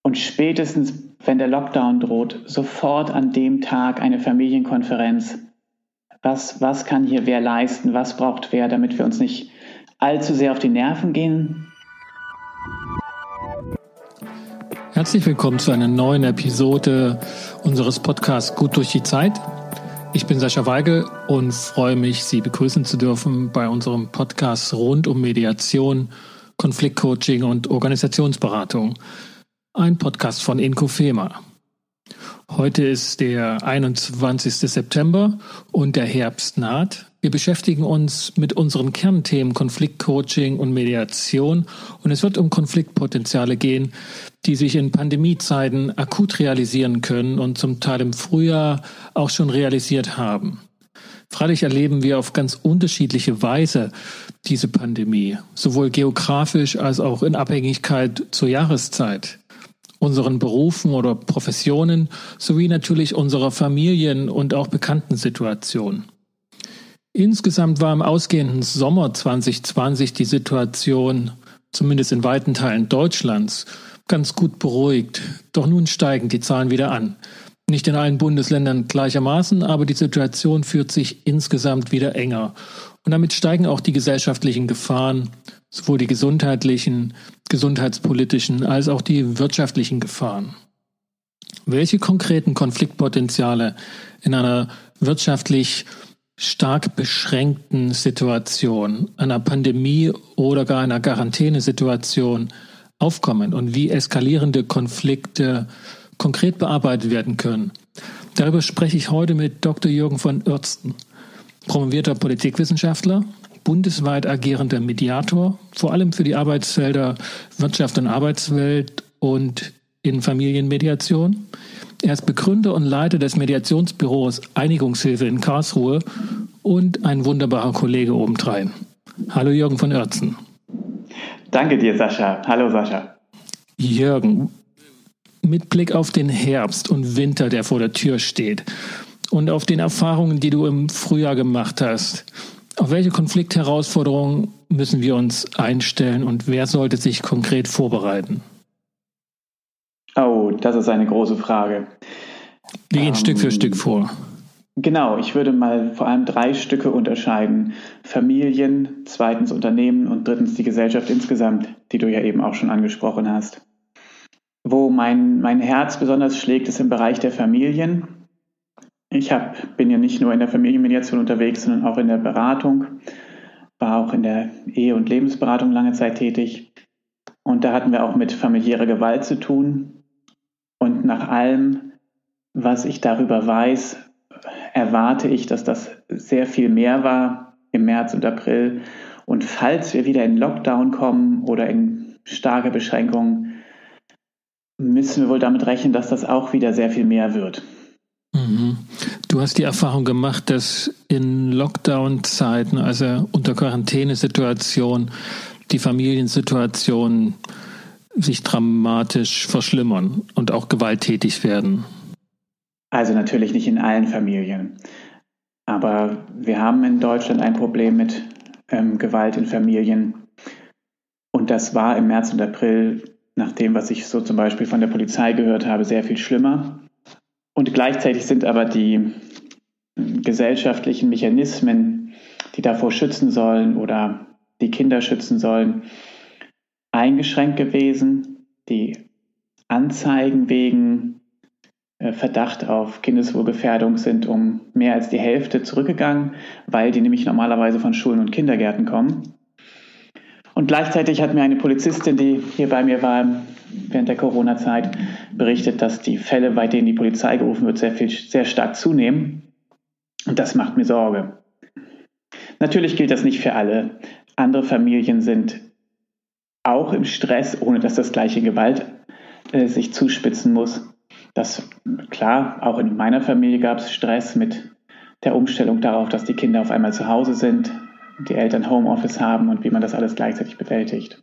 Und spätestens, wenn der Lockdown droht, sofort an dem Tag eine Familienkonferenz. Was kann hier wer leisten? Was braucht wer, damit wir uns nicht allzu sehr auf die Nerven gehen? Herzlich willkommen zu einer neuen Episode unseres Podcasts Gut durch die Zeit. Ich bin Sascha Weigel und freue mich, Sie begrüßen zu dürfen bei unserem Podcast rund um Mediation, Konfliktcoaching und Organisationsberatung. Ein Podcast von Inkofema. Heute ist der 21. September und der Herbst naht. Wir beschäftigen uns mit unseren Kernthemen Konfliktcoaching und Mediation und es wird um Konfliktpotenziale gehen, die sich in Pandemiezeiten akut realisieren können und zum Teil im Frühjahr auch schon realisiert haben. Freilich erleben wir auf ganz unterschiedliche Weise diese Pandemie, sowohl geografisch als auch in Abhängigkeit zur Jahreszeit, unseren Berufen oder Professionen sowie natürlich unserer Familien- und auch Bekanntensituation. Insgesamt war im ausgehenden Sommer 2020 die Situation, zumindest in weiten Teilen Deutschlands, ganz gut beruhigt. Doch nun steigen die Zahlen wieder an. Nicht in allen Bundesländern gleichermaßen, aber die Situation führt sich insgesamt wieder enger. Und damit steigen auch die gesellschaftlichen Gefahren, sowohl die gesundheitlichen, gesundheitspolitischen als auch die wirtschaftlichen Gefahren. Welche konkreten Konfliktpotenziale in einer wirtschaftlich stark beschränkten Situation, einer Pandemie oder gar einer Quarantänesituation aufkommen und wie eskalierende Konflikte konkret bearbeitet werden können. Darüber spreche ich heute mit Dr. Jürgen von Oerzten, promovierter Politikwissenschaftler, bundesweit agierender Mediator, vor allem für die Arbeitsfelder Wirtschaft und Arbeitswelt und in Familienmediation. Er ist Begründer und Leiter des Mediationsbüros Einigungshilfe in Karlsruhe und ein wunderbarer Kollege obendrein. Hallo Jürgen von Oerzten. Danke dir, Sascha. Hallo Sascha. Jürgen, mit Blick auf den Herbst und Winter, der vor der Tür steht und auf den Erfahrungen, die du im Frühjahr gemacht hast, auf welche Konfliktherausforderungen müssen wir uns einstellen und wer sollte sich konkret vorbereiten? Oh, das ist eine große Frage. Wir gehen Stück für Stück vor. Genau, ich würde mal vor allem 3 Stücke unterscheiden. Familien, zweitens Unternehmen und drittens die Gesellschaft insgesamt, die du ja eben auch schon angesprochen hast. Wo mein Herz besonders schlägt, ist im Bereich der Familien. Ich bin ja nicht nur in der Familienmediation unterwegs, sondern auch in der Beratung, war auch in der Ehe- und Lebensberatung lange Zeit tätig. Und da hatten wir auch mit familiärer Gewalt zu tun. Und nach allem, was ich darüber weiß, erwarte ich, dass das sehr viel mehr war im März und April. Und falls wir wieder in Lockdown kommen oder in starke Beschränkungen, müssen wir wohl damit rechnen, dass das auch wieder sehr viel mehr wird. Mhm. Du hast die Erfahrung gemacht, dass in Lockdown-Zeiten, also unter Quarantänesituation, die Familiensituation sich dramatisch verschlimmern und auch gewalttätig werden. Also natürlich nicht in allen Familien. Aber wir haben in Deutschland ein Problem mit Gewalt in Familien. Und das war im März und April, nach dem, was ich so zum Beispiel von der Polizei gehört habe, sehr viel schlimmer. Und gleichzeitig sind aber die gesellschaftlichen Mechanismen, die davor schützen sollen oder die Kinder schützen sollen, eingeschränkt gewesen. Die Anzeigen wegen Verdacht auf Kindeswohlgefährdung sind um mehr als die Hälfte zurückgegangen, weil die nämlich normalerweise von Schulen und Kindergärten kommen. Und gleichzeitig hat mir eine Polizistin, die hier bei mir war während der Corona-Zeit, berichtet, dass die Fälle, bei denen die Polizei gerufen wird, sehr stark zunehmen. Und das macht mir Sorge. Natürlich gilt das nicht für alle. Andere Familien sind auch im Stress, ohne dass das gleiche Gewalt sich zuspitzen muss. Klar, auch in meiner Familie gab es Stress mit der Umstellung darauf, dass die Kinder auf einmal zu Hause sind, die Eltern Homeoffice haben und wie man das alles gleichzeitig bewältigt.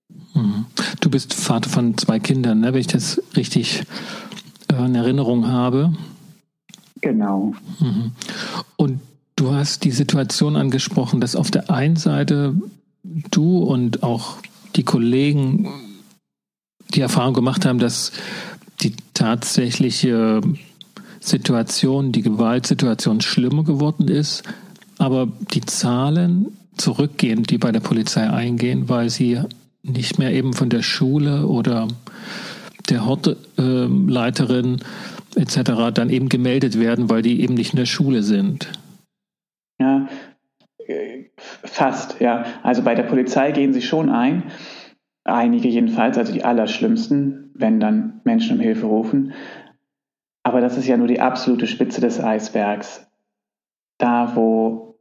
Du bist Vater von 2 Kindern, ne? Wenn ich das richtig in Erinnerung habe. Genau. Und du hast die Situation angesprochen, dass auf der einen Seite du und auch die Kollegen die Erfahrung gemacht haben, dass die tatsächliche Situation, die Gewaltsituation schlimmer geworden ist, aber die Zahlen zurückgehen, die bei der Polizei eingehen, weil sie nicht mehr eben von der Schule oder der Hortleiterin etc. dann eben gemeldet werden, weil die eben nicht in der Schule sind. Ja, fast, ja. Also bei der Polizei gehen sie schon ein. Einige jedenfalls, also die allerschlimmsten, wenn dann Menschen um Hilfe rufen. Aber das ist ja nur die absolute Spitze des Eisbergs. Da, wo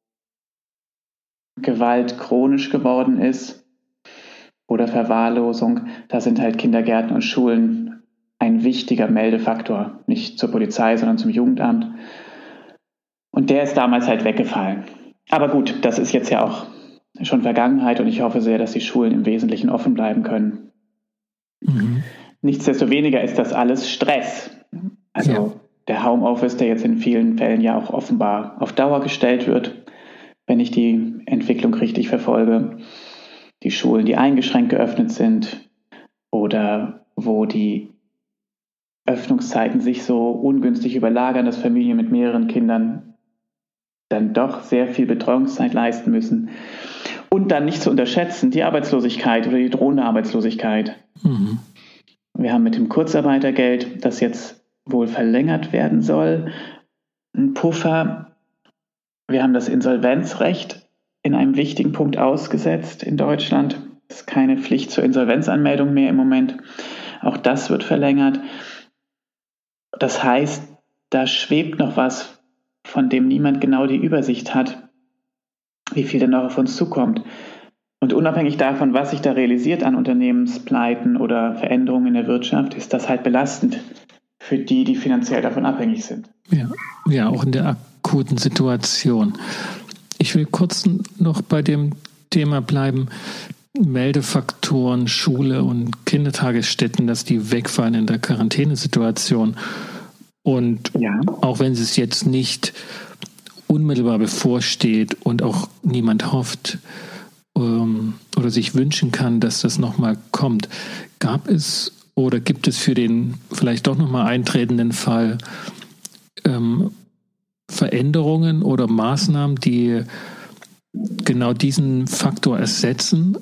Gewalt chronisch geworden ist oder Verwahrlosung, da sind halt Kindergärten und Schulen ein wichtiger Meldefaktor. Nicht zur Polizei, sondern zum Jugendamt. Und der ist damals halt weggefallen. Aber gut, das ist jetzt ja auch schon Vergangenheit und ich hoffe sehr, dass die Schulen im Wesentlichen offen bleiben können. Mhm. Nichtsdestoweniger ist das alles Stress. Also der Homeoffice, der jetzt in vielen Fällen ja auch offenbar auf Dauer gestellt wird, wenn ich die Entwicklung richtig verfolge. Die Schulen, die eingeschränkt geöffnet sind oder wo die Öffnungszeiten sich so ungünstig überlagern, dass Familien mit mehreren Kindern dann doch sehr viel Betreuungszeit leisten müssen. Und dann nicht zu unterschätzen, die Arbeitslosigkeit oder die drohende Arbeitslosigkeit. Mhm. Wir haben mit dem Kurzarbeitergeld, das jetzt wohl verlängert werden soll, einen Puffer. Wir haben das Insolvenzrecht in einem wichtigen Punkt ausgesetzt in Deutschland. Es ist keine Pflicht zur Insolvenzanmeldung mehr im Moment. Auch das wird verlängert. Das heißt, da schwebt noch was, von dem niemand genau die Übersicht hat, wie viel denn noch auf uns zukommt. Und unabhängig davon, was sich da realisiert an Unternehmenspleiten oder Veränderungen in der Wirtschaft, ist das halt belastend für die, die finanziell davon abhängig sind. Ja, auch in der akuten Situation. Ich will kurz noch bei dem Thema bleiben, Meldefaktoren, Schule und Kindertagesstätten, dass die wegfallen in der Quarantänesituation. Und auch wenn es jetzt nicht unmittelbar bevorsteht und auch niemand hofft oder sich wünschen kann, dass das nochmal kommt, gab es oder gibt es für den vielleicht doch nochmal eintretenden Fall Veränderungen oder Maßnahmen, die genau diesen Faktor ersetzen?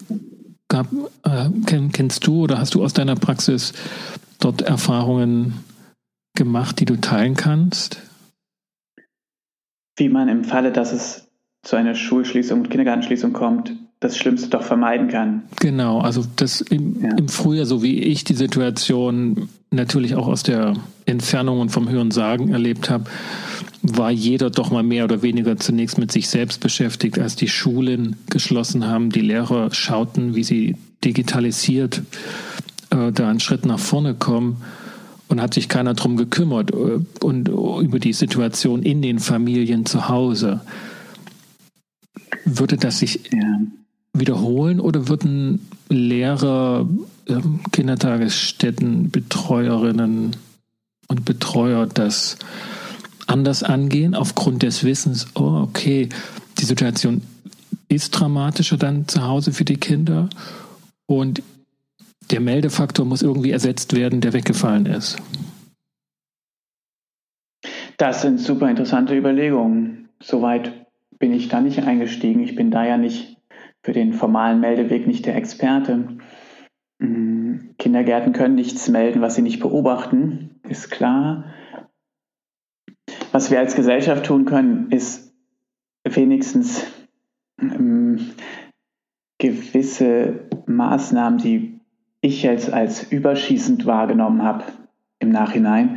Kennst du oder hast du aus deiner Praxis dort Erfahrungen gemacht, die du teilen kannst? Wie man im Falle, dass es zu einer Schulschließung und Kindergartenschließung kommt, das Schlimmste doch vermeiden kann. Genau, also das im Frühjahr, so wie ich die Situation natürlich auch aus der Entfernung und vom Hörensagen erlebt habe, war jeder doch mal mehr oder weniger zunächst mit sich selbst beschäftigt, als die Schulen geschlossen haben. Die Lehrer schauten, wie sie digitalisiert da einen Schritt nach vorne kommen. Und hat sich keiner drum gekümmert und über die Situation in den Familien zu Hause. Würde das sich wiederholen oder würden Lehrer, Kindertagesstätten, Betreuerinnen und Betreuer das anders angehen aufgrund des Wissens, die Situation ist dramatischer dann zu Hause für die Kinder und der Meldefaktor muss irgendwie ersetzt werden, der weggefallen ist. Das sind super interessante Überlegungen. Soweit bin ich da nicht eingestiegen. Ich bin da ja nicht für den formalen Meldeweg nicht der Experte. Kindergärten können nichts melden, was sie nicht beobachten, ist klar. Was wir als Gesellschaft tun können, ist wenigstens gewisse Maßnahmen, die ich jetzt als überschießend wahrgenommen habe im Nachhinein,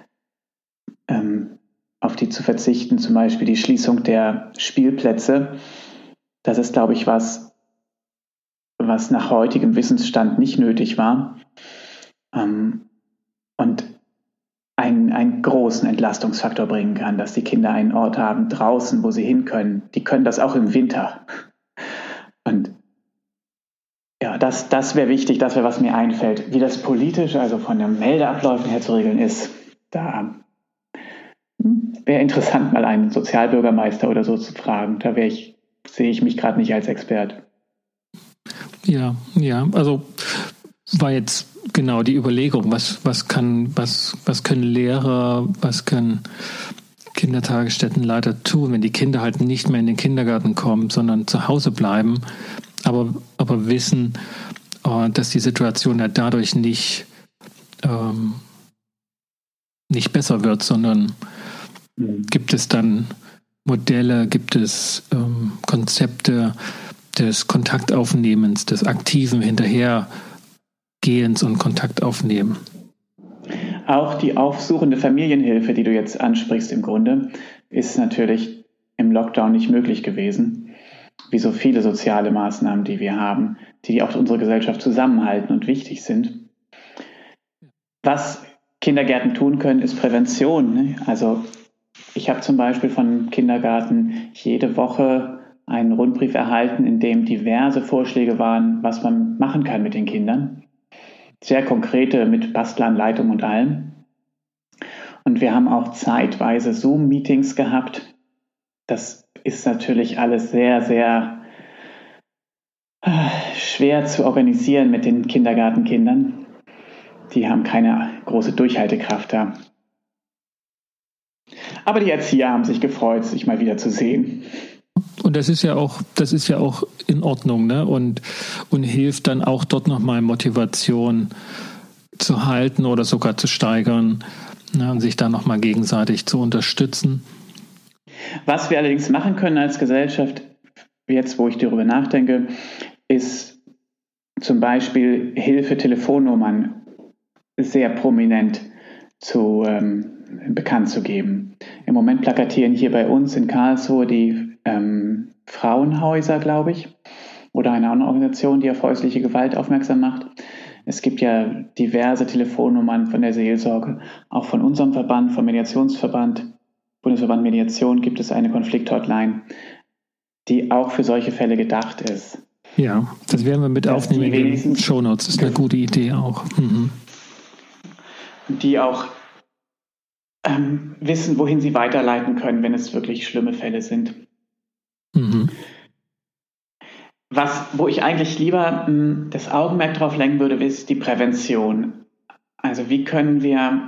auf die zu verzichten, zum Beispiel die Schließung der Spielplätze. Das ist, glaube ich, was nach heutigem Wissensstand nicht nötig war und einen großen Entlastungsfaktor bringen kann, dass die Kinder einen Ort haben draußen, wo sie hin können. Die können das auch im Winter. Und ja, das wäre wichtig, das wäre, was mir einfällt. Wie das politisch, also von den Meldeabläufen her zu regeln ist, da wäre interessant, mal einen Sozialbürgermeister oder so zu fragen. Da sehe ich mich gerade nicht als Expert. Ja, also war jetzt genau die Überlegung, was können Lehrer, was können Kindertagesstättenleiter tun, wenn die Kinder halt nicht mehr in den Kindergarten kommen, sondern zu Hause bleiben, aber wissen, dass die Situation ja dadurch nicht besser wird, sondern gibt es dann Modelle, gibt es Konzepte des Kontaktaufnehmens, des aktiven Hinterhergehens und Kontaktaufnehmen. Auch die aufsuchende Familienhilfe, die du jetzt ansprichst im Grunde, ist natürlich im Lockdown nicht möglich gewesen, wie so viele soziale Maßnahmen, die wir haben, die auch unsere Gesellschaft zusammenhalten und wichtig sind. Was Kindergärten tun können, ist Prävention. Ne? Also ich habe zum Beispiel von Kindergarten jede Woche einen Rundbrief erhalten, in dem diverse Vorschläge waren, was man machen kann mit den Kindern. Sehr konkrete mit Bastelanleitung und allem. Und wir haben auch zeitweise Zoom-Meetings gehabt. Das ist natürlich alles sehr, sehr schwer zu organisieren mit den Kindergartenkindern. Die haben keine große Durchhaltekraft da. Aber die Erzieher haben sich gefreut, sich mal wieder zu sehen. Und das ist ja auch in Ordnung, ne? Und hilft dann auch dort nochmal Motivation zu halten oder sogar zu steigern, ne? Und sich da nochmal gegenseitig zu unterstützen. Was wir allerdings machen können als Gesellschaft, jetzt wo ich darüber nachdenke, ist zum Beispiel Hilfe-Telefonnummern sehr prominent bekannt zu geben. Im Moment plakatieren hier bei uns in Karlsruhe die Frauenhäuser, glaube ich, oder eine andere Organisation, die auf häusliche Gewalt aufmerksam macht. Es gibt ja diverse Telefonnummern von der Seelsorge, auch von unserem Verband, vom Mediationsverband, Bundesverband Mediation, gibt es eine Konflikt-Hotline, die auch für solche Fälle gedacht ist. Ja, das werden wir mit aufnehmen in den Shownotes. Das ist eine gute Idee auch. Mhm. Die auch wissen, wohin sie weiterleiten können, wenn es wirklich schlimme Fälle sind. Mhm. Wo ich eigentlich lieber das Augenmerk drauf lenken würde, ist die Prävention. Also wie können wir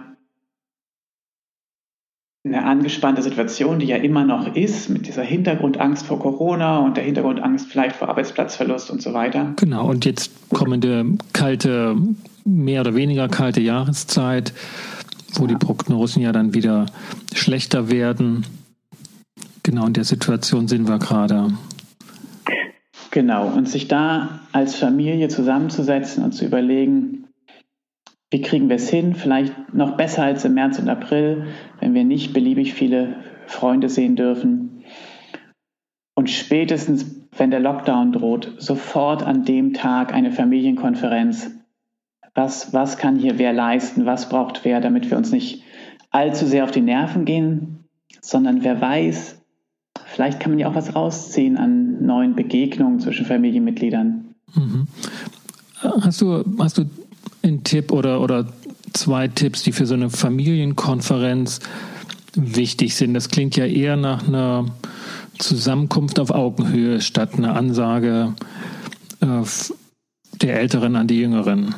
eine angespannte Situation, die ja immer noch ist, mit dieser Hintergrundangst vor Corona und der Hintergrundangst vielleicht vor Arbeitsplatzverlust und so weiter. Genau, und jetzt kommende mehr oder weniger kalte Jahreszeit, wo die Prognosen ja dann wieder schlechter werden. Genau, in der Situation sind wir gerade. Genau, und sich da als Familie zusammenzusetzen und zu überlegen, wie kriegen wir es hin, vielleicht noch besser als im März und April, wenn wir nicht beliebig viele Freunde sehen dürfen. Und spätestens, wenn der Lockdown droht, sofort an dem Tag eine Familienkonferenz. Was kann hier wer leisten, was braucht wer, damit wir uns nicht allzu sehr auf die Nerven gehen, sondern wer weiß, vielleicht kann man ja auch was rausziehen an neuen Begegnungen zwischen Familienmitgliedern. Mhm. Hast du einen Tipp oder zwei Tipps, die für so eine Familienkonferenz wichtig sind? Das klingt ja eher nach einer Zusammenkunft auf Augenhöhe statt einer Ansage der Älteren an die Jüngeren.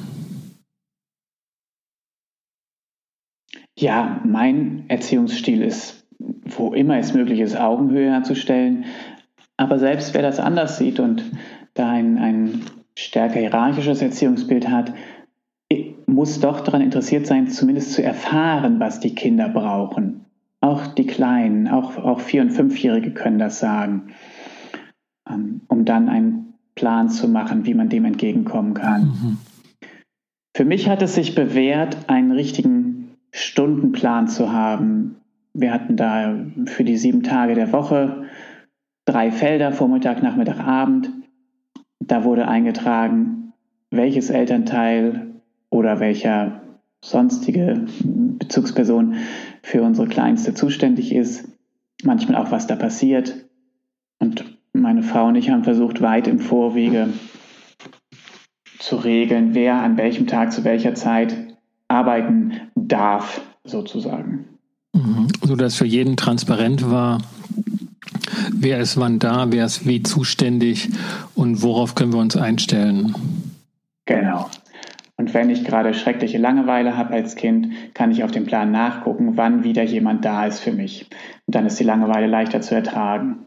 Ja, mein Erziehungsstil ist, wo immer es möglich ist, Augenhöhe herzustellen. Aber selbst wer das anders sieht und da ein stärker hierarchisches Erziehungsbild hat, muss doch daran interessiert sein, zumindest zu erfahren, was die Kinder brauchen. Auch die Kleinen, auch 4- und 5-Jährige können das sagen, um dann einen Plan zu machen, wie man dem entgegenkommen kann. Mhm. Für mich hat es sich bewährt, einen richtigen Stundenplan zu haben. Wir hatten da für die 7 Tage der Woche 3 Felder, Vormittag, Nachmittag, Abend. Da wurde eingetragen, welches Elternteil oder welcher sonstige Bezugsperson für unsere Kleinste zuständig ist. Manchmal auch, was da passiert. Und meine Frau und ich haben versucht, weit im Vorwege zu regeln, wer an welchem Tag zu welcher Zeit arbeiten darf, sozusagen. Sodass für jeden transparent war, wer ist wann da, wer ist wie zuständig und worauf können wir uns einstellen. Genau. Und wenn ich gerade schreckliche Langeweile habe als Kind, kann ich auf dem Plan nachgucken, wann wieder jemand da ist für mich. Und dann ist die Langeweile leichter zu ertragen.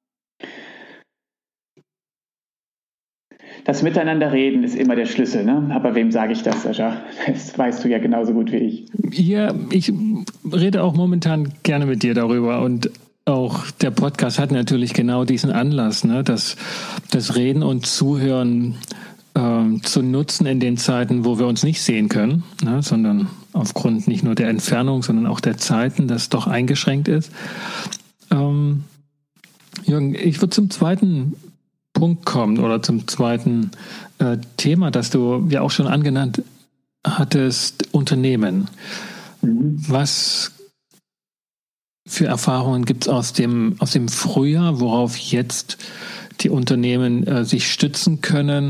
Das Miteinanderreden ist immer der Schlüssel, ne? Aber wem sage ich das, Sascha? Das weißt du ja genauso gut wie ich. Ja, ich rede auch momentan gerne mit dir darüber und auch der Podcast hat natürlich genau diesen Anlass, ne? Das Reden und Zuhören zu nutzen in den Zeiten, wo wir uns nicht sehen können, ne? Sondern aufgrund nicht nur der Entfernung, sondern auch der Zeiten, das doch eingeschränkt ist. Jürgen, ich würde zum zweiten Punkt kommen oder zum zweiten Thema, das du ja auch schon angenannt hattest, Unternehmen. Was für Erfahrungen gibt es aus dem Frühjahr, worauf jetzt die Unternehmen sich stützen können,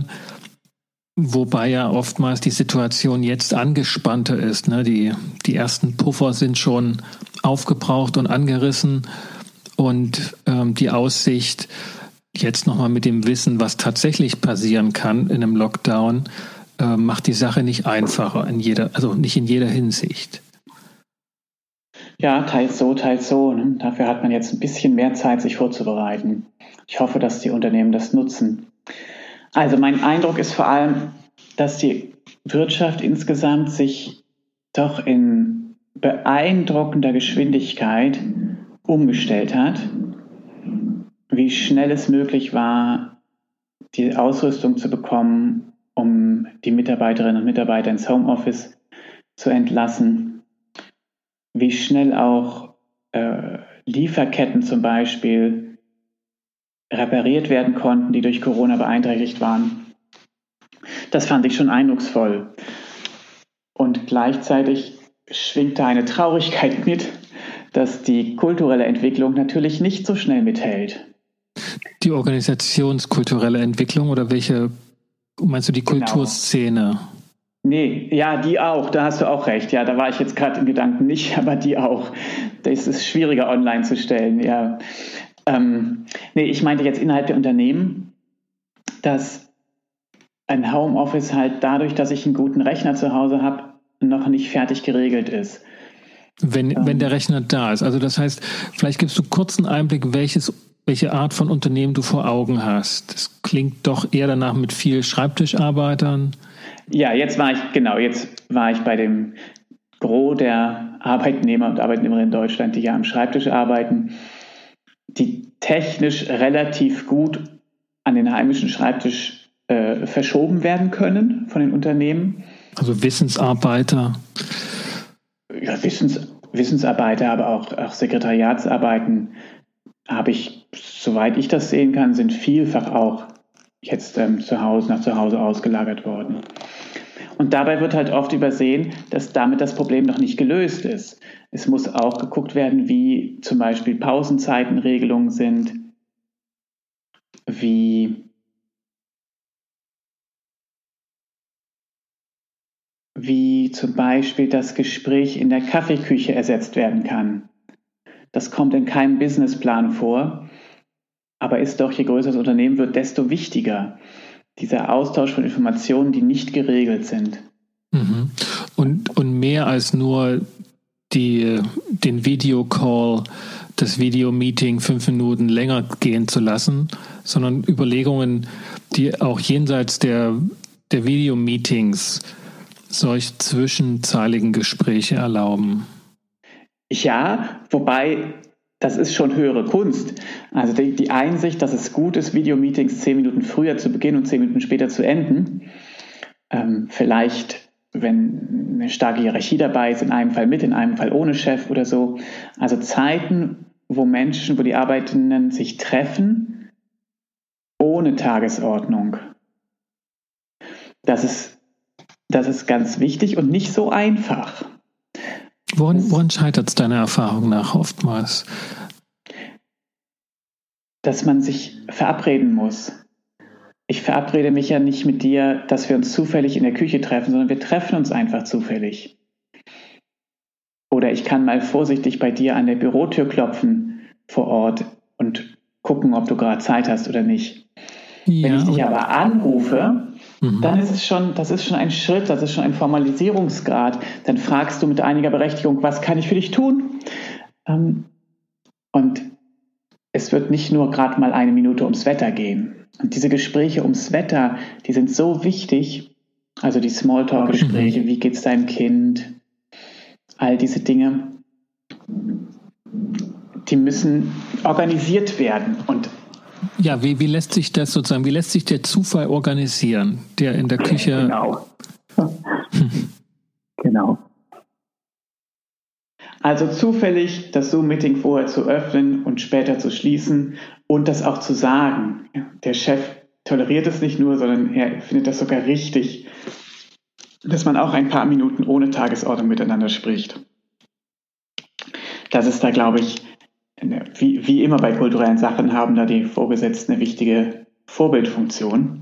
wobei ja oftmals die Situation jetzt angespannter ist, ne? Die ersten Puffer sind schon aufgebraucht und angerissen und die Aussicht, jetzt nochmal mit dem Wissen, was tatsächlich passieren kann in einem Lockdown, macht die Sache nicht einfacher nicht in jeder Hinsicht. Ja, teils so, teils so. Ne? Dafür hat man jetzt ein bisschen mehr Zeit, sich vorzubereiten. Ich hoffe, dass die Unternehmen das nutzen. Also mein Eindruck ist vor allem, dass die Wirtschaft insgesamt sich doch in beeindruckender Geschwindigkeit umgestellt hat. Wie schnell es möglich war, die Ausrüstung zu bekommen, um die Mitarbeiterinnen und Mitarbeiter ins Homeoffice zu entlassen. Wie schnell auch Lieferketten zum Beispiel repariert werden konnten, die durch Corona beeinträchtigt waren. Das fand ich schon eindrucksvoll. Und gleichzeitig schwingt da eine Traurigkeit mit, dass die kulturelle Entwicklung natürlich nicht so schnell mithält. Die organisationskulturelle Entwicklung oder welche, meinst du die Kulturszene? Genau. Nee, ja, die auch, da hast du auch recht. Ja, da war ich jetzt gerade in Gedanken nicht, aber die auch. Das ist schwieriger online zu stellen, ja. Nee, ich meinte jetzt innerhalb der Unternehmen, dass ein Homeoffice halt dadurch, dass ich einen guten Rechner zu Hause habe, noch nicht fertig geregelt ist. Wenn der Rechner da ist. Also das heißt, vielleicht gibst du kurz einen Einblick, welche Art von Unternehmen du vor Augen hast. Das klingt doch eher danach mit viel Schreibtischarbeitern. Ja, jetzt war ich bei dem Gros der Arbeitnehmer und Arbeitnehmerinnen in Deutschland, die ja am Schreibtisch arbeiten, die technisch relativ gut an den heimischen Schreibtisch verschoben werden können von den Unternehmen. Also Wissensarbeiter. Ja, Wissensarbeiter, aber auch Sekretariatsarbeiten habe ich, soweit ich das sehen kann, sind vielfach auch jetzt nach zu Hause ausgelagert worden. Und dabei wird halt oft übersehen, dass damit das Problem noch nicht gelöst ist. Es muss auch geguckt werden, wie zum Beispiel Pausenzeitenregelungen sind, wie zum Beispiel das Gespräch in der Kaffeeküche ersetzt werden kann. Das kommt in keinem Businessplan vor, aber ist doch, je größer das Unternehmen wird, desto wichtiger. Dieser Austausch von Informationen, die nicht geregelt sind. Mhm. Und mehr als nur den Videocall, das Videomeeting 5 Minuten länger gehen zu lassen, sondern Überlegungen, die auch jenseits der Videomeetings solch zwischenzeiligen Gespräche erlauben. Ja, wobei das ist schon höhere Kunst. Also die Einsicht, dass es gut ist, Videomeetings 10 Minuten früher zu beginnen und 10 Minuten später zu enden. Vielleicht, wenn eine starke Hierarchie dabei ist, in einem Fall mit, in einem Fall ohne Chef oder so. Also Zeiten, wo die Arbeitenden sich treffen, ohne Tagesordnung. Das ist ganz wichtig und nicht so einfach. Woran scheitert es deiner Erfahrung nach oftmals? Dass man sich verabreden muss. Ich verabrede mich ja nicht mit dir, dass wir uns zufällig in der Küche treffen, sondern wir treffen uns einfach zufällig. Oder ich kann mal vorsichtig bei dir an der Bürotür klopfen vor Ort und gucken, ob du gerade Zeit hast oder nicht. Ja, wenn ich dich aber anrufe, dann ist das ist schon ein Schritt, das ist schon ein Formalisierungsgrad. Dann fragst du mit einiger Berechtigung, was kann ich für dich tun? Und es wird nicht nur gerade mal eine Minute ums Wetter gehen. Und diese Gespräche ums Wetter, die sind so wichtig. Also die Smalltalk-Gespräche, wie geht's deinem Kind? All diese Dinge, die müssen organisiert werden. Und ja, wie lässt sich das sozusagen, wie lässt sich der Zufall organisieren, der in der Küche... Genau. Genau. Also zufällig das Zoom-Meeting vorher zu öffnen und später zu schließen und das auch zu sagen. Der Chef toleriert es nicht nur, sondern er findet das sogar richtig, dass man auch ein paar Minuten ohne Tagesordnung miteinander spricht. Das ist da, glaube ich, wie immer bei kulturellen Sachen haben da die Vorgesetzten eine wichtige Vorbildfunktion.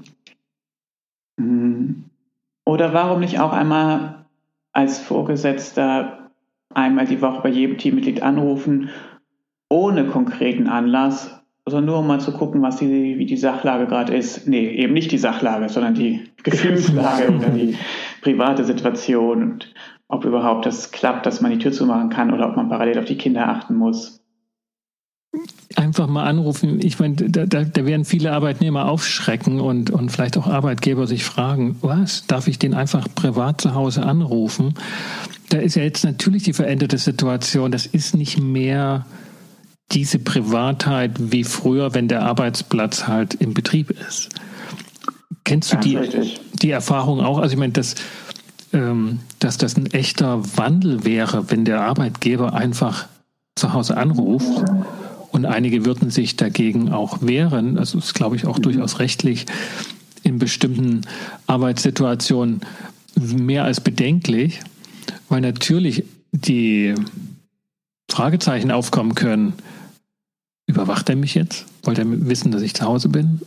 Oder warum nicht auch einmal als Vorgesetzter einmal die Woche bei jedem Teammitglied anrufen, ohne konkreten Anlass, sondern nur um mal zu gucken, wie die Sachlage gerade ist. Nee, eben nicht die Sachlage, sondern die Gefühlslage oder die private Situation und ob überhaupt das klappt, dass man die Tür zumachen kann oder ob man parallel auf die Kinder achten muss. Einfach mal anrufen. Ich meine, da werden viele Arbeitnehmer aufschrecken und vielleicht auch Arbeitgeber sich fragen, was, darf ich den einfach privat zu Hause anrufen? Da ist ja jetzt natürlich die veränderte Situation. Das ist nicht mehr diese Privatheit wie früher, wenn der Arbeitsplatz halt im Betrieb ist. Kennst du die Erfahrung auch? Also ich meine, dass das ein echter Wandel wäre, wenn der Arbeitgeber einfach zu Hause anruft. Und einige würden sich dagegen auch wehren. Also das ist, glaube ich, auch durchaus rechtlich in bestimmten Arbeitssituationen mehr als bedenklich, weil natürlich die Fragezeichen aufkommen können. Überwacht er mich jetzt? Wollte er wissen, dass ich zu Hause bin?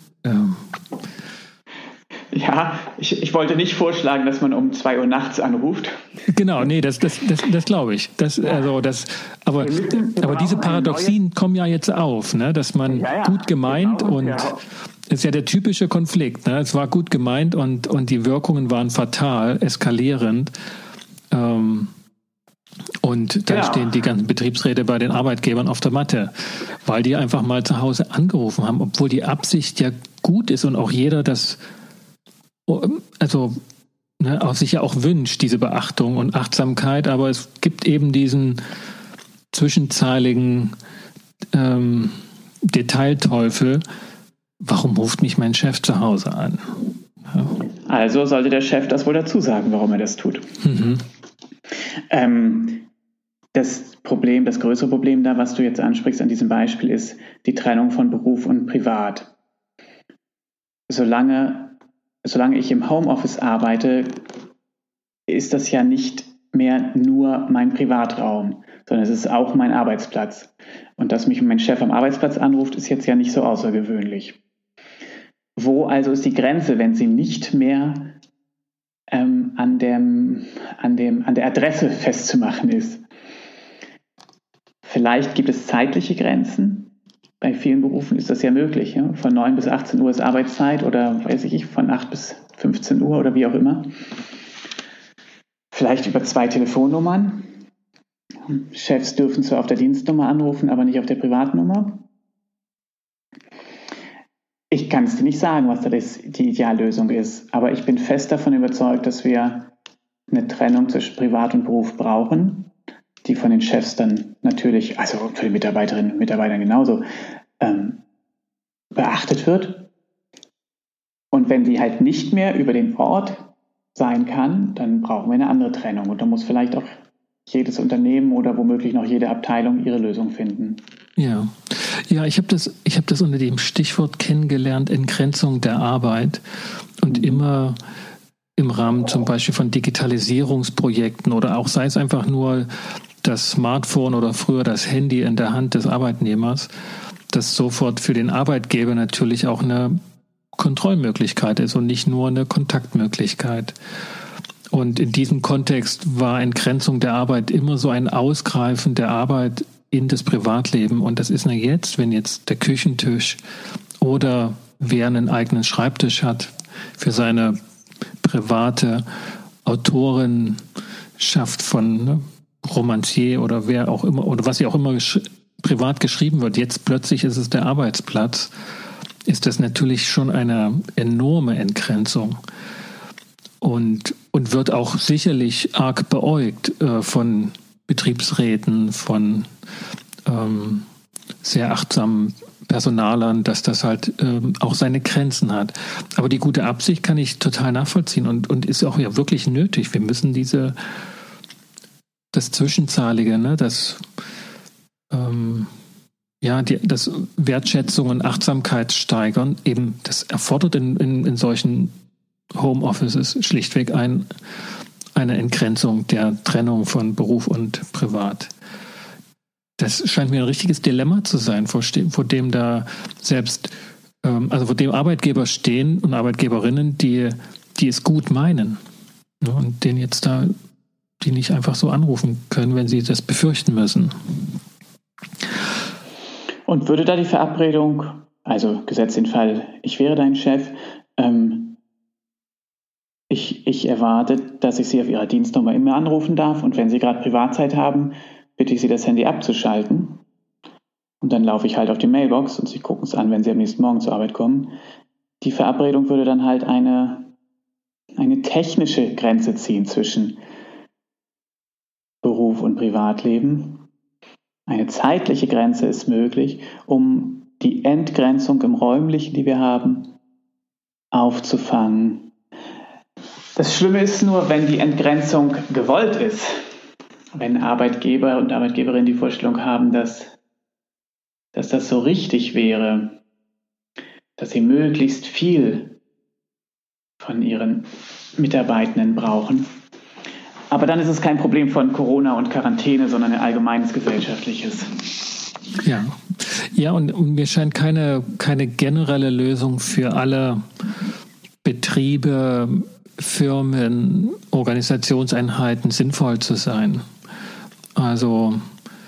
Ja, ich wollte nicht vorschlagen, dass man um 2 Uhr nachts anruft. Genau, nee, das glaube ich. Aber diese Paradoxien kommen ja jetzt auf, ne? Dass man gut gemeint und ist ja der typische Konflikt. Ne? Es war gut gemeint und die Wirkungen waren fatal, eskalierend. Und dann stehen die ganzen Betriebsräte bei den Arbeitgebern auf der Matte, weil die einfach mal zu Hause angerufen haben, obwohl die Absicht ja gut ist und auch jeder das auch sich ja auch wünscht, diese Beachtung und Achtsamkeit, aber es gibt eben diesen zwischenzeiligen Detailteufel. Warum ruft mich mein Chef zu Hause an? Ja. Also sollte der Chef das wohl dazu sagen, warum er das tut. Das größere Problem da, was du jetzt ansprichst an diesem Beispiel, ist die Trennung von Beruf und Privat. Solange ich im Homeoffice arbeite, ist das ja nicht mehr nur mein Privatraum, sondern es ist auch mein Arbeitsplatz. Und dass mich mein Chef am Arbeitsplatz anruft, ist jetzt ja nicht so außergewöhnlich. Wo also ist die Grenze, wenn sie nicht mehr an der Adresse festzumachen ist? Vielleicht gibt es zeitliche Grenzen. Bei vielen Berufen ist das ja möglich. Ja? Von 9 bis 18 Uhr ist Arbeitszeit oder von 8 bis 15 Uhr oder wie auch immer. Vielleicht über 2 Telefonnummern. Chefs dürfen zwar auf der Dienstnummer anrufen, aber nicht auf der Privatnummer. Ich kann es dir nicht sagen, was da die Ideallösung ist, aber ich bin fest davon überzeugt, dass wir eine Trennung zwischen Privat und Beruf brauchen, die von den Chefs dann natürlich, also für die Mitarbeiterinnen und Mitarbeiter genauso, beachtet wird. Und wenn die halt nicht mehr über den Ort sein kann, dann brauchen wir eine andere Trennung. Und da muss vielleicht auch jedes Unternehmen oder womöglich noch jede Abteilung ihre Lösung finden. Ja, ich habe das unter dem Stichwort kennengelernt, Entgrenzung der Arbeit. Und immer im Rahmen zum Beispiel von Digitalisierungsprojekten oder auch sei es einfach nur das Smartphone oder früher das Handy in der Hand des Arbeitnehmers, das sofort für den Arbeitgeber natürlich auch eine Kontrollmöglichkeit ist und nicht nur eine Kontaktmöglichkeit. Und in diesem Kontext war Entgrenzung der Arbeit immer so ein Ausgreifen der Arbeit in das Privatleben. Und das ist wenn jetzt der Küchentisch oder wer einen eigenen Schreibtisch hat für seine private Autorenschaft von Romancier oder wer auch immer oder was ja auch immer privat geschrieben wird, jetzt plötzlich ist es der Arbeitsplatz, ist das natürlich schon eine enorme Entgrenzung und wird auch sicherlich arg beäugt von Betriebsräten, von sehr achtsamen Personalern, dass das halt auch seine Grenzen hat. Aber die gute Absicht kann ich total nachvollziehen und ist auch ja wirklich nötig. Wir müssen das Zwischenzahlige, ne, das Wertschätzung und Achtsamkeit steigern, eben das erfordert in solchen Homeoffices schlichtweg eine Entgrenzung der Trennung von Beruf und Privat. Das scheint mir ein richtiges Dilemma zu sein, vor dem da selbst, vor dem Arbeitgeber stehen und Arbeitgeberinnen, die es gut meinen, ne, und denen jetzt da, die nicht einfach so anrufen können, wenn sie das befürchten müssen. Und würde da die Verabredung, also gesetzt den Fall, ich wäre dein Chef, ich erwarte, dass ich Sie auf Ihrer Dienstnummer immer anrufen darf und wenn Sie gerade Privatzeit haben, bitte ich Sie, das Handy abzuschalten. Und dann laufe ich halt auf die Mailbox und Sie gucken es an, wenn Sie am nächsten Morgen zur Arbeit kommen. Die Verabredung würde dann halt eine technische Grenze ziehen zwischen Beruf und Privatleben. Eine zeitliche Grenze ist möglich, um die Entgrenzung im Räumlichen, die wir haben, aufzufangen. Das Schlimme ist nur, wenn die Entgrenzung gewollt ist. Wenn Arbeitgeber und Arbeitgeberinnen die Vorstellung haben, dass das so richtig wäre, dass sie möglichst viel von ihren Mitarbeitenden brauchen. Aber dann ist es kein Problem von Corona und Quarantäne, sondern ein allgemeines gesellschaftliches. Ja, und mir scheint keine generelle Lösung für alle Betriebe, Firmen, Organisationseinheiten sinnvoll zu sein. Also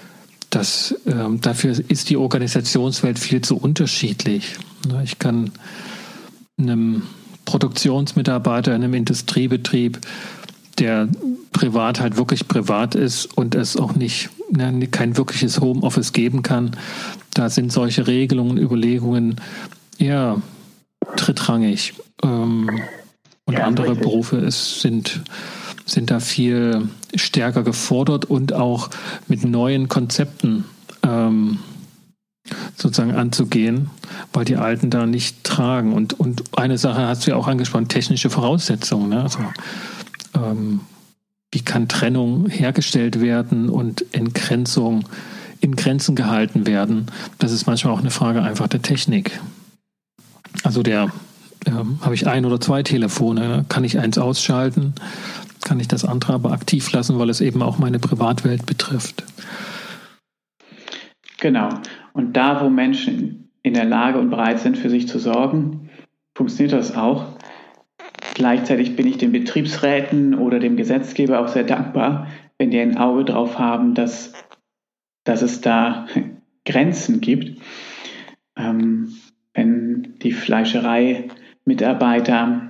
dafür ist die Organisationswelt viel zu unterschiedlich. Ich kann einem Produktionsmitarbeiter in einem Industriebetrieb, der privat halt wirklich privat ist und es auch nicht kein wirkliches Homeoffice geben kann, da sind solche Regelungen, Überlegungen eher drittrangig. Und andere richtig. Berufe sind da viel stärker gefordert und auch mit neuen Konzepten sozusagen anzugehen, weil die alten da nicht tragen. Und eine Sache hast du ja auch angesprochen, technische Voraussetzungen. Ne? Also, wie kann Trennung hergestellt werden und Entgrenzung in Grenzen gehalten werden? Das ist manchmal auch eine Frage einfach der Technik. Also habe ich 1 oder 2 Telefone, ne? Kann ich eins ausschalten? Kann ich das andere aber aktiv lassen, weil es eben auch meine Privatwelt betrifft? Genau. Und da, wo Menschen in der Lage und bereit sind, für sich zu sorgen, funktioniert das auch. Gleichzeitig bin ich den Betriebsräten oder dem Gesetzgeber auch sehr dankbar, wenn die ein Auge drauf haben, dass es da Grenzen gibt. Wenn die Fleischerei-Mitarbeiter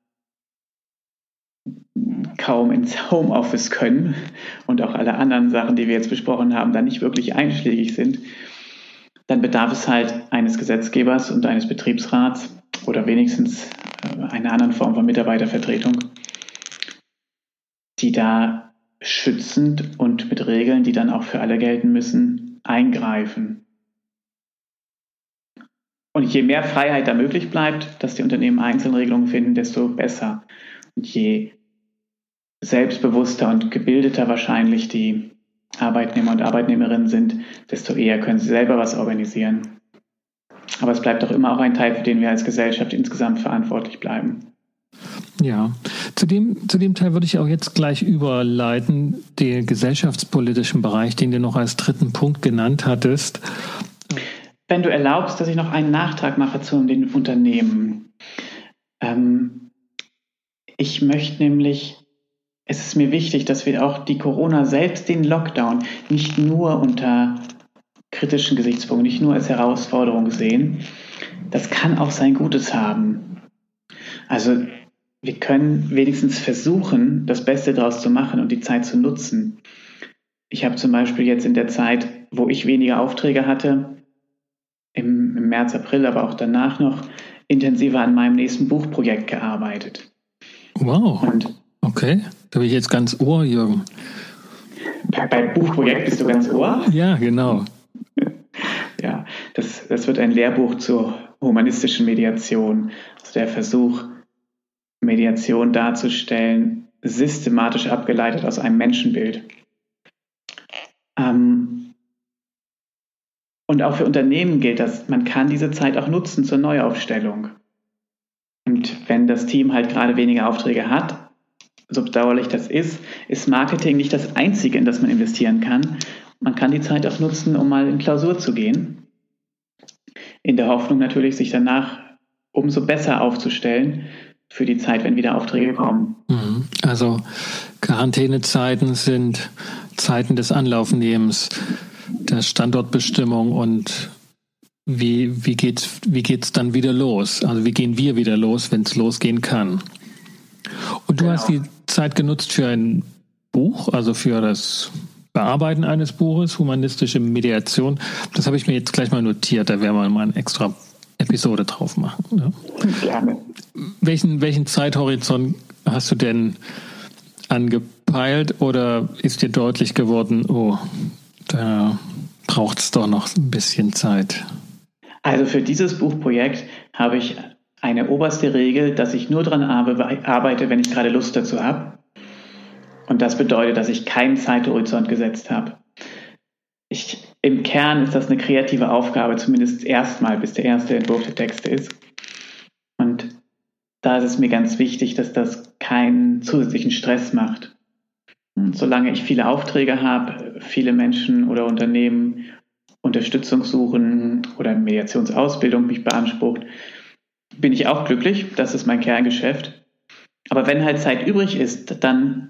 kaum ins Homeoffice können und auch alle anderen Sachen, die wir jetzt besprochen haben, da nicht wirklich einschlägig sind, dann bedarf es halt eines Gesetzgebers und eines Betriebsrats oder wenigstens einer anderen Form von Mitarbeitervertretung, die da schützend und mit Regeln, die dann auch für alle gelten müssen, eingreifen. Und je mehr Freiheit da möglich bleibt, dass die Unternehmen Einzelregelungen finden, desto besser. Und je selbstbewusster und gebildeter wahrscheinlich die Arbeitnehmer und Arbeitnehmerinnen sind, desto eher können sie selber was organisieren. Aber es bleibt doch immer auch ein Teil, für den wir als Gesellschaft insgesamt verantwortlich bleiben. Ja, zu dem Teil würde ich auch jetzt gleich überleiten, den gesellschaftspolitischen Bereich, den du noch als 3. Punkt genannt hattest. Wenn du erlaubst, dass ich noch einen Nachtrag mache zu den Unternehmen. Ich möchte nämlich, es ist mir wichtig, dass wir auch die Corona, selbst den Lockdown, nicht nur unter kritischen Gesichtspunkten, nicht nur als Herausforderung sehen. Das kann auch sein Gutes haben. Also wir können wenigstens versuchen, das Beste daraus zu machen und die Zeit zu nutzen. Ich habe zum Beispiel jetzt in der Zeit, wo ich weniger Aufträge hatte, im März, April, aber auch danach noch, intensiver an meinem nächsten Buchprojekt gearbeitet. Wow, okay, da bin ich jetzt ganz Ohr, Jürgen. Beim Buchprojekt bist du ganz Ohr? Ja, genau. Ja, das wird ein Lehrbuch zur humanistischen Mediation, also der Versuch, Mediation darzustellen, systematisch abgeleitet aus einem Menschenbild. Und auch für Unternehmen gilt das, man kann diese Zeit auch nutzen zur Neuaufstellung. Und wenn das Team halt gerade weniger Aufträge hat, so bedauerlich das ist Marketing nicht das Einzige, in das man investieren kann. Man kann die Zeit auch nutzen, um mal in Klausur zu gehen. In der Hoffnung natürlich, sich danach umso besser aufzustellen für die Zeit, wenn wieder Aufträge kommen. Also Quarantänezeiten sind Zeiten des Anlaufnehmens, der Standortbestimmung und wie geht's dann wieder los? Also wie gehen wir wieder los, wenn es losgehen kann? Und du hast die Zeit genutzt für ein Buch, also für das Bearbeiten eines Buches, humanistische Mediation. Das habe ich mir jetzt gleich mal notiert, da werden wir mal eine extra Episode drauf machen. Ja. Gerne. Welchen Zeithorizont hast du denn angepeilt oder ist dir deutlich geworden, oh, da braucht es doch noch ein bisschen Zeit? Also für dieses Buchprojekt habe ich eine oberste Regel, dass ich nur daran arbeite, wenn ich gerade Lust dazu habe. Und das bedeutet, dass ich keinen Zeithorizont gesetzt habe. Im Kern ist das eine kreative Aufgabe, zumindest erstmal, bis der erste Entwurf der Texte ist. Und da ist es mir ganz wichtig, dass das keinen zusätzlichen Stress macht. Und solange ich viele Aufträge habe, viele Menschen oder Unternehmen Unterstützung suchen oder Mediationsausbildung mich beansprucht, bin ich auch glücklich. Das ist mein Kerngeschäft. Aber wenn halt Zeit übrig ist, dann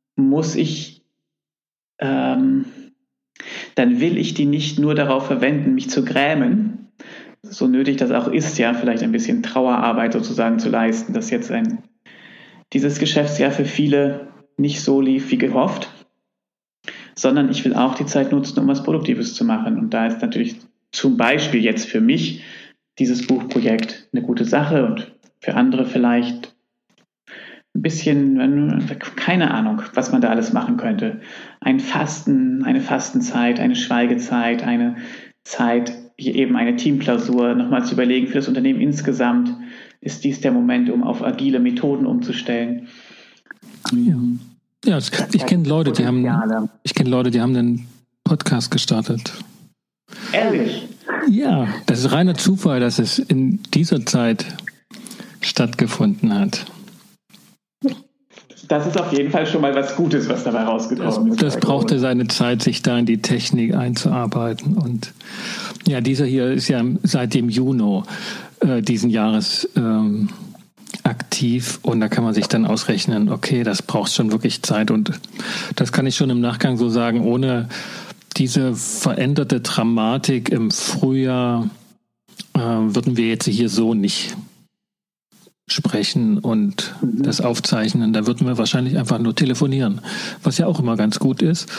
dann will ich die nicht nur darauf verwenden, mich zu grämen, so nötig das auch ist, ja, vielleicht ein bisschen Trauerarbeit sozusagen zu leisten, dass jetzt dieses Geschäftsjahr für viele nicht so lief wie gehofft, sondern ich will auch die Zeit nutzen, um was Produktives zu machen. Und da ist natürlich zum Beispiel jetzt für mich dieses Buchprojekt eine gute Sache und für andere vielleicht ein bisschen, keine Ahnung, was man da alles machen könnte. Eine Fastenzeit, eine Schweigezeit, eine Zeit, eben eine Teamklausur, nochmal zu überlegen für das Unternehmen insgesamt, ist dies der Moment, um auf agile Methoden umzustellen. Ja, ich kenne Leute, die haben einen Podcast gestartet. Ehrlich? Ja, das ist reiner Zufall, dass es in dieser Zeit stattgefunden hat. Das ist auf jeden Fall schon mal was Gutes, was dabei rausgekommen ist. Das brauchte seine Zeit, sich da in die Technik einzuarbeiten. Und ja, dieser hier ist ja seit dem Juni diesen Jahres aktiv und da kann man sich dann ausrechnen, okay, das braucht schon wirklich Zeit und das kann ich schon im Nachgang so sagen, ohne diese veränderte Dramatik im Frühjahr würden wir jetzt hier so nicht sprechen und das aufzeichnen. Da würden wir wahrscheinlich einfach nur telefonieren, was ja auch immer ganz gut ist.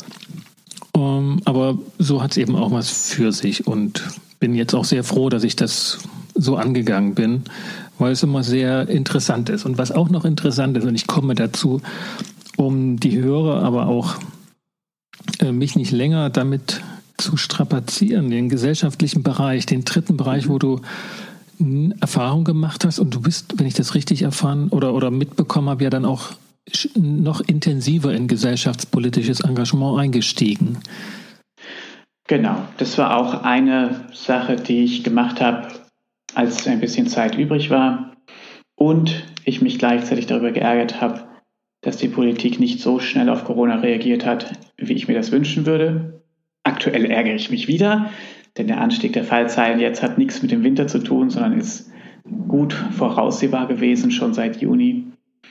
Aber so hat es eben auch was für sich und bin jetzt auch sehr froh, dass ich das so angegangen bin, weil es immer sehr interessant ist. Und was auch noch interessant ist, und ich komme dazu, um die Hörer, aber auch mich nicht länger damit zu strapazieren, den gesellschaftlichen Bereich, den dritten Bereich, wo du Erfahrung gemacht hast und du bist, wenn ich das richtig erfahren oder mitbekommen habe, ja dann auch noch intensiver in gesellschaftspolitisches Engagement eingestiegen. Genau, das war auch eine Sache, die ich gemacht habe, als ein bisschen Zeit übrig war und ich mich gleichzeitig darüber geärgert habe, dass die Politik nicht so schnell auf Corona reagiert hat, wie ich mir das wünschen würde. Aktuell ärgere ich mich wieder, denn der Anstieg der Fallzahlen jetzt hat nichts mit dem Winter zu tun, sondern ist gut voraussehbar gewesen, schon seit Juni.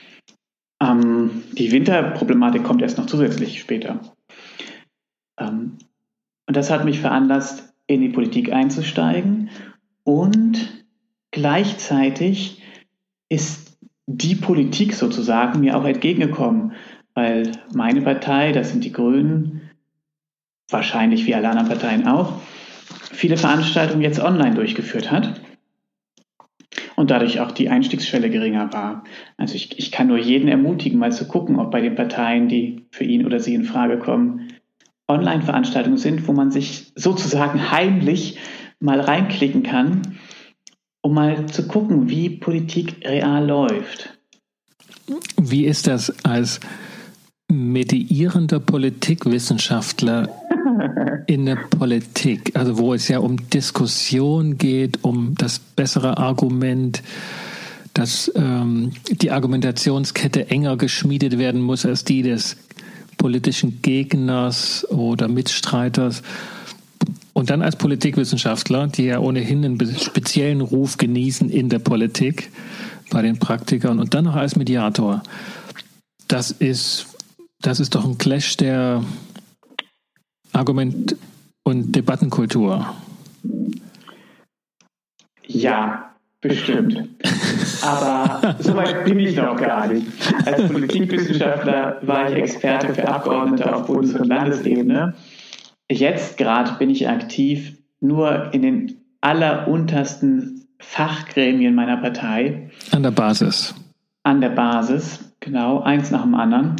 Die Winterproblematik kommt erst noch zusätzlich später. Und das hat mich veranlasst, in die Politik einzusteigen. Und gleichzeitig ist die Politik sozusagen mir auch entgegengekommen, weil meine Partei, das sind die Grünen, wahrscheinlich wie alle anderen Parteien auch, viele Veranstaltungen jetzt online durchgeführt hat und dadurch auch die Einstiegsschwelle geringer war. Also ich kann nur jeden ermutigen, mal zu gucken, ob bei den Parteien, die für ihn oder sie in Frage kommen, Online-Veranstaltungen sind, wo man sich sozusagen heimlich mal reinklicken kann, um mal zu gucken, wie Politik real läuft. Wie ist das als mediierender Politikwissenschaftler in der Politik, also wo es ja um Diskussion geht, um das bessere Argument, dass die Argumentationskette enger geschmiedet werden muss als die des politischen Gegners oder Mitstreiters. Und dann als Politikwissenschaftler, die ja ohnehin einen speziellen Ruf genießen in der Politik, bei den Praktikern, und dann noch als Mediator. Das ist doch ein Clash der Argument- und Debattenkultur. Ja, bestimmt. Aber so weit bin ich noch gar nicht. Als Politikwissenschaftler war ich Experte für Abgeordnete auf Bundes- und Landesebene. Jetzt gerade bin ich aktiv nur in den alleruntersten Fachgremien meiner Partei. An der Basis. An der Basis, genau, eins nach dem anderen.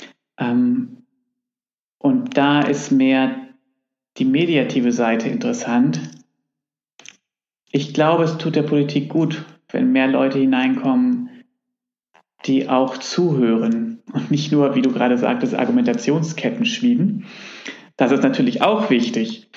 Und da ist mehr die mediative Seite interessant. Ich glaube, es tut der Politik gut, wenn mehr Leute hineinkommen, die auch zuhören und nicht nur, wie du gerade sagtest, Argumentationsketten schmieden. Das ist natürlich auch wichtig.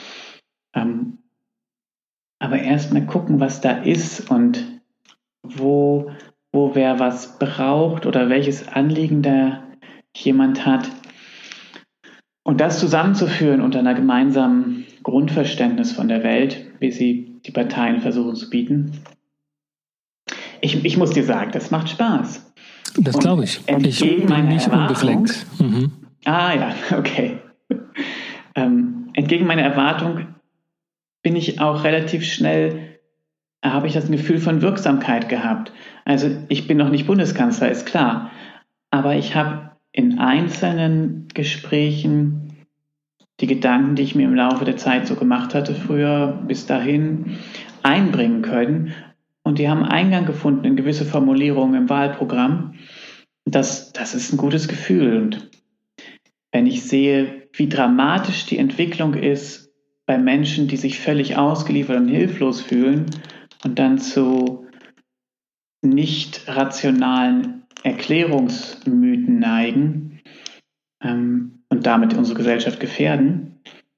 Aber erst mal gucken, was da ist und wo wer was braucht oder welches Anliegen da jemand hat. Und das zusammenzuführen unter einer gemeinsamen Grundverständnis von der Welt, wie sie die Parteien versuchen zu bieten. Ich muss dir sagen, das macht Spaß. Das glaube ich. Ich bin nicht unbefleckt. Mhm. Ah ja, okay. Entgegen meiner Erwartung bin ich auch relativ schnell, habe ich das Gefühl von Wirksamkeit gehabt. Also ich bin noch nicht Bundeskanzler, ist klar. Aber ich habe in einzelnen Gesprächen die Gedanken, die ich mir im Laufe der Zeit so gemacht hatte, früher bis dahin, einbringen können. Und die haben Eingang gefunden in gewisse Formulierungen im Wahlprogramm. Das ist ein gutes Gefühl. Und wenn ich sehe, wie dramatisch die Entwicklung ist bei Menschen, die sich völlig ausgeliefert und hilflos fühlen und dann zu nicht rationalen Erklärungsmythen neigen und damit unsere Gesellschaft gefährden,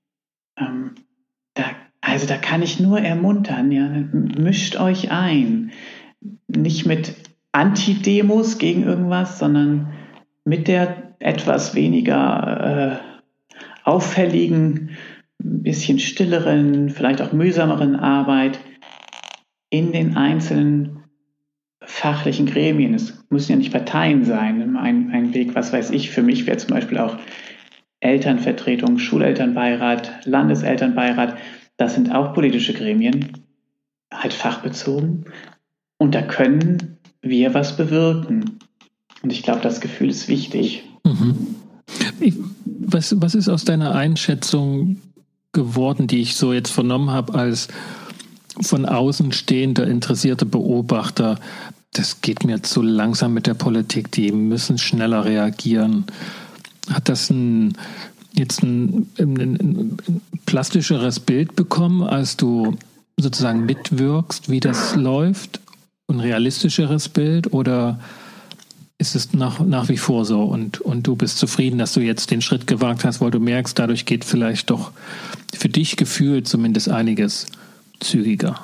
da kann ich nur ermuntern, ja, mischt euch ein. Nicht mit Antidemos gegen irgendwas, sondern mit der etwas weniger auffälligen, ein bisschen stilleren, vielleicht auch mühsameren Arbeit in den einzelnen fachlichen Gremien. Es müssen ja nicht Parteien sein. Ein Weg, was weiß ich, für mich wäre zum Beispiel auch Elternvertretung, Schulelternbeirat, Landeselternbeirat. Das sind auch politische Gremien, halt fachbezogen. Und da können wir was bewirken. Und ich glaube, das Gefühl ist wichtig. Mhm. Was ist aus deiner Einschätzung geworden, die ich so jetzt vernommen habe, als von außen stehender, interessierter Beobachter? Das geht mir zu langsam mit der Politik, die müssen schneller reagieren. Hat das jetzt ein plastischeres Bild bekommen, als du sozusagen mitwirkst, wie das läuft? Ein realistischeres Bild, oder ist es nach wie vor so und du bist zufrieden, dass du jetzt den Schritt gewagt hast, weil du merkst, dadurch geht vielleicht doch für dich gefühlt zumindest einiges zügiger?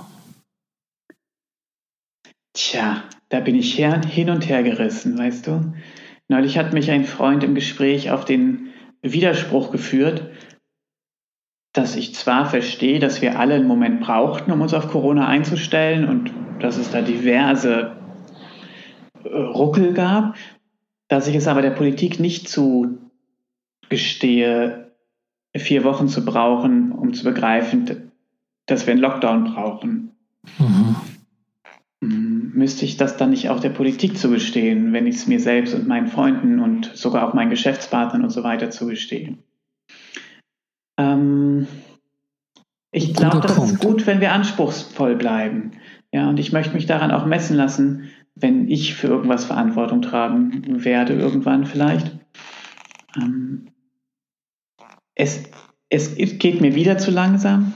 Tja, da bin ich hin und her gerissen, weißt du? Neulich hat mich ein Freund im Gespräch auf den Widerspruch geführt, dass ich zwar verstehe, dass wir alle einen Moment brauchten, um uns auf Corona einzustellen und dass es da diverse Ruckel gab, dass ich es aber der Politik nicht zugestehe, 4 Wochen zu brauchen, um zu begreifen, dass wir einen Lockdown brauchen. Mhm. müsste ich das dann nicht auch der Politik zugestehen, wenn ich es mir selbst und meinen Freunden und sogar auch meinen Geschäftspartnern und so weiter zugestehe? Ich glaube, das ist gut, wenn wir anspruchsvoll bleiben. Ja, und ich möchte mich daran auch messen lassen, wenn ich für irgendwas Verantwortung tragen werde, irgendwann vielleicht. Es geht mir wieder zu langsam.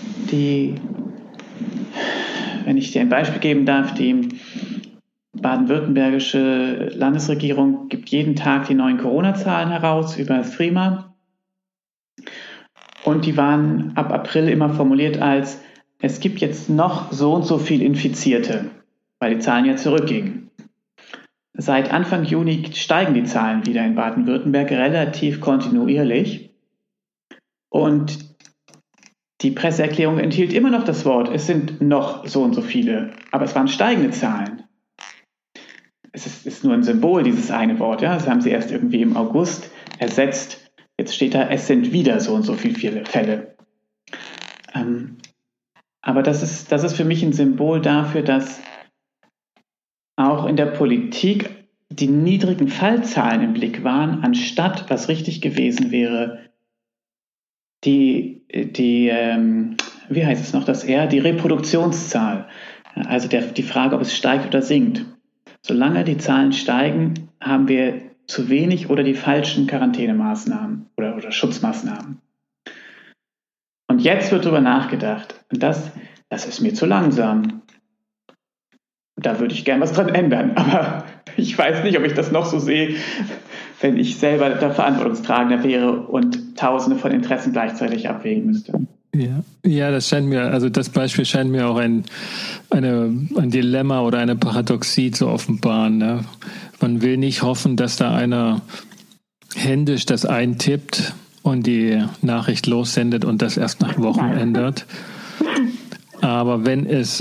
Wenn ich dir ein Beispiel geben darf, die baden-württembergische Landesregierung gibt jeden Tag die neuen Corona-Zahlen heraus über Threema. Und die waren ab April immer formuliert als, es gibt jetzt noch so und so viel Infizierte, weil die Zahlen ja zurückgingen. Seit Anfang Juni steigen die Zahlen wieder in Baden-Württemberg relativ kontinuierlich. Und die Presseerklärung enthielt immer noch das Wort, es sind noch so und so viele, aber es waren steigende Zahlen. Es ist nur ein Symbol, dieses eine Wort. Ja? Das haben sie erst irgendwie im August ersetzt. Jetzt steht da, es sind wieder so und so viele Fälle. Aber das ist für mich ein Symbol dafür, dass auch in der Politik die niedrigen Fallzahlen im Blick waren, anstatt, was richtig gewesen wäre, die Reproduktionszahl. Also die Frage, ob es steigt oder sinkt. Solange die Zahlen steigen, haben wir zu wenig oder die falschen Quarantänemaßnahmen oder Schutzmaßnahmen. Und jetzt wird darüber nachgedacht. Und das ist mir zu langsam. Da würde ich gern was dran ändern. Aber ich weiß nicht, ob ich das noch so sehe, wenn ich selber der Verantwortungstragende wäre und Tausende von Interessen gleichzeitig abwägen müsste. Ja, das Beispiel scheint mir auch ein Dilemma oder eine Paradoxie zu offenbaren. Ne? Man will nicht hoffen, dass da einer händisch das eintippt und die Nachricht lossendet und das erst nach Wochen ändert. Aber wenn es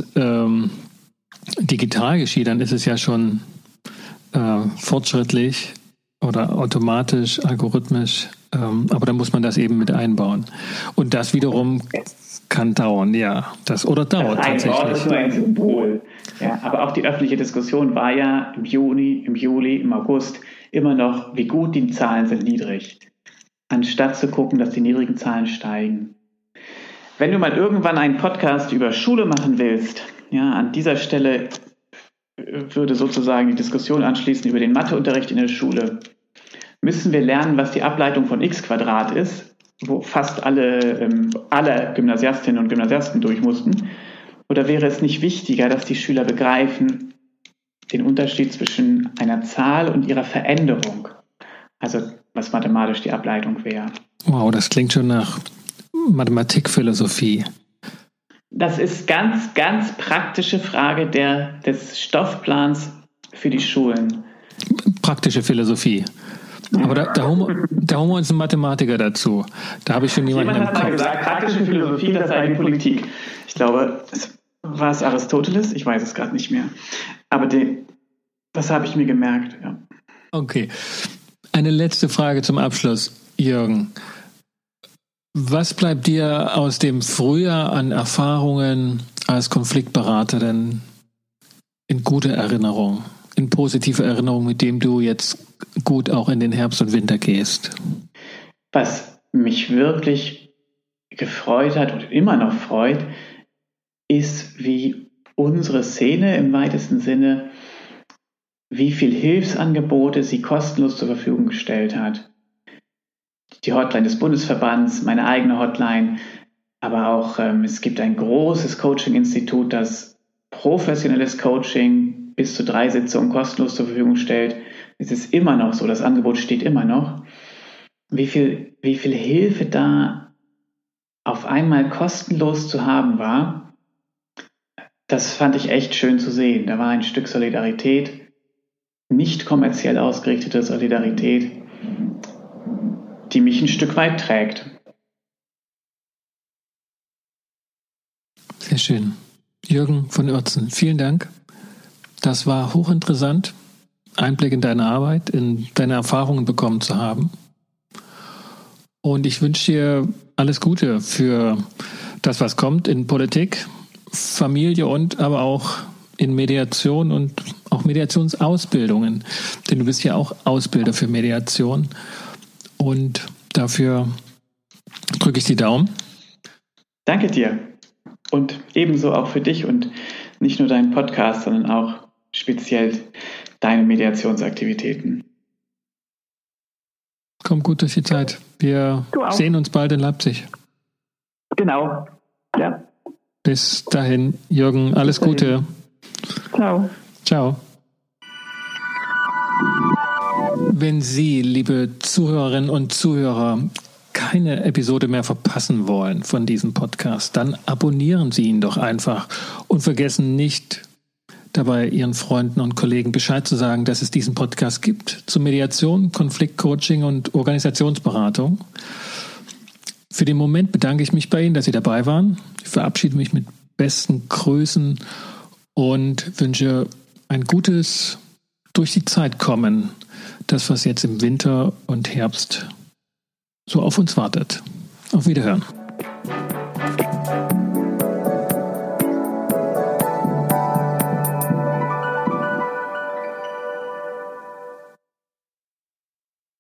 digital geschieht, dann ist es ja schon fortschrittlich oder automatisch, algorithmisch, aber dann muss man das eben mit einbauen. Und das wiederum kann dauern, ja. Das dauert tatsächlich. Das ist nur ein Symbol. Ja, aber auch die öffentliche Diskussion war ja im Juni, im Juli, im August immer noch, wie gut die Zahlen sind niedrig. Anstatt zu gucken, dass die niedrigen Zahlen steigen. Wenn du mal irgendwann einen Podcast über Schule machen willst, ja, an dieser Stelle würde sozusagen die Diskussion anschließen über den Matheunterricht in der Schule. Müssen wir lernen, was die Ableitung von x² ist, wo fast alle Gymnasiastinnen und Gymnasiasten durch mussten? Oder wäre es nicht wichtiger, dass die Schüler begreifen den Unterschied zwischen einer Zahl und ihrer Veränderung? Also was mathematisch die Ableitung wäre. Wow, das klingt schon nach Mathematikphilosophie. Das ist ganz, ganz praktische Frage des Stoffplans für die Schulen. Praktische Philosophie. Aber da holen wir uns einen Mathematiker dazu. Da habe ich schon jemanden im Kopf. Jemand hat mal gesagt, praktische Philosophie, das sei die Politik. Ich glaube, war es Aristoteles? Ich weiß es gerade nicht mehr. Aber das habe ich mir gemerkt. Ja. Okay. Eine letzte Frage zum Abschluss, Jürgen. Was bleibt dir aus dem Frühjahr an Erfahrungen als Konfliktberater denn in gute Erinnerung, in positive Erinnerung, mit dem du jetzt gut auch in den Herbst und Winter gehst? Was mich wirklich gefreut hat und immer noch freut, ist, wie unsere Szene im weitesten Sinne, wie viel Hilfsangebote sie kostenlos zur Verfügung gestellt hat. Die Hotline des Bundesverbands, meine eigene Hotline, aber auch es gibt ein großes Coaching-Institut, das professionelles Coaching bis zu 3 Sitzungen kostenlos zur Verfügung stellt. Es ist immer noch so, das Angebot steht immer noch. Wie viel Hilfe da auf einmal kostenlos zu haben war, das fand ich echt schön zu sehen. Da war ein Stück Solidarität, nicht kommerziell ausgerichtete Solidarität, die mich ein Stück weit trägt. Sehr schön. Jürgen von Oertzen, vielen Dank. Das war hochinteressant, Einblick in deine Arbeit, in deine Erfahrungen bekommen zu haben. Und ich wünsche dir alles Gute für das, was kommt in Politik, Familie und aber auch in Mediation und auch Mediationsausbildungen. Denn du bist ja auch Ausbilder für Mediation. Und dafür drücke ich die Daumen. Danke dir. Und ebenso auch für dich und nicht nur deinen Podcast, sondern auch speziell deine Mediationsaktivitäten. Komm gut durch die Zeit. Wir sehen uns bald in Leipzig. Genau. Ja. Bis dahin, Jürgen, alles Gute. Ciao. Ciao. Wenn Sie, liebe Zuhörerinnen und Zuhörer, keine Episode mehr verpassen wollen von diesem Podcast, dann abonnieren Sie ihn doch einfach und vergessen nicht, dabei Ihren Freunden und Kollegen Bescheid zu sagen, dass es diesen Podcast gibt zu Mediation, Konfliktcoaching und Organisationsberatung. Für den Moment bedanke ich mich bei Ihnen, dass Sie dabei waren. Ich verabschiede mich mit besten Grüßen und wünsche ein gutes durch die Zeit kommen. Das, was jetzt im Winter und Herbst so auf uns wartet. Auf Wiederhören.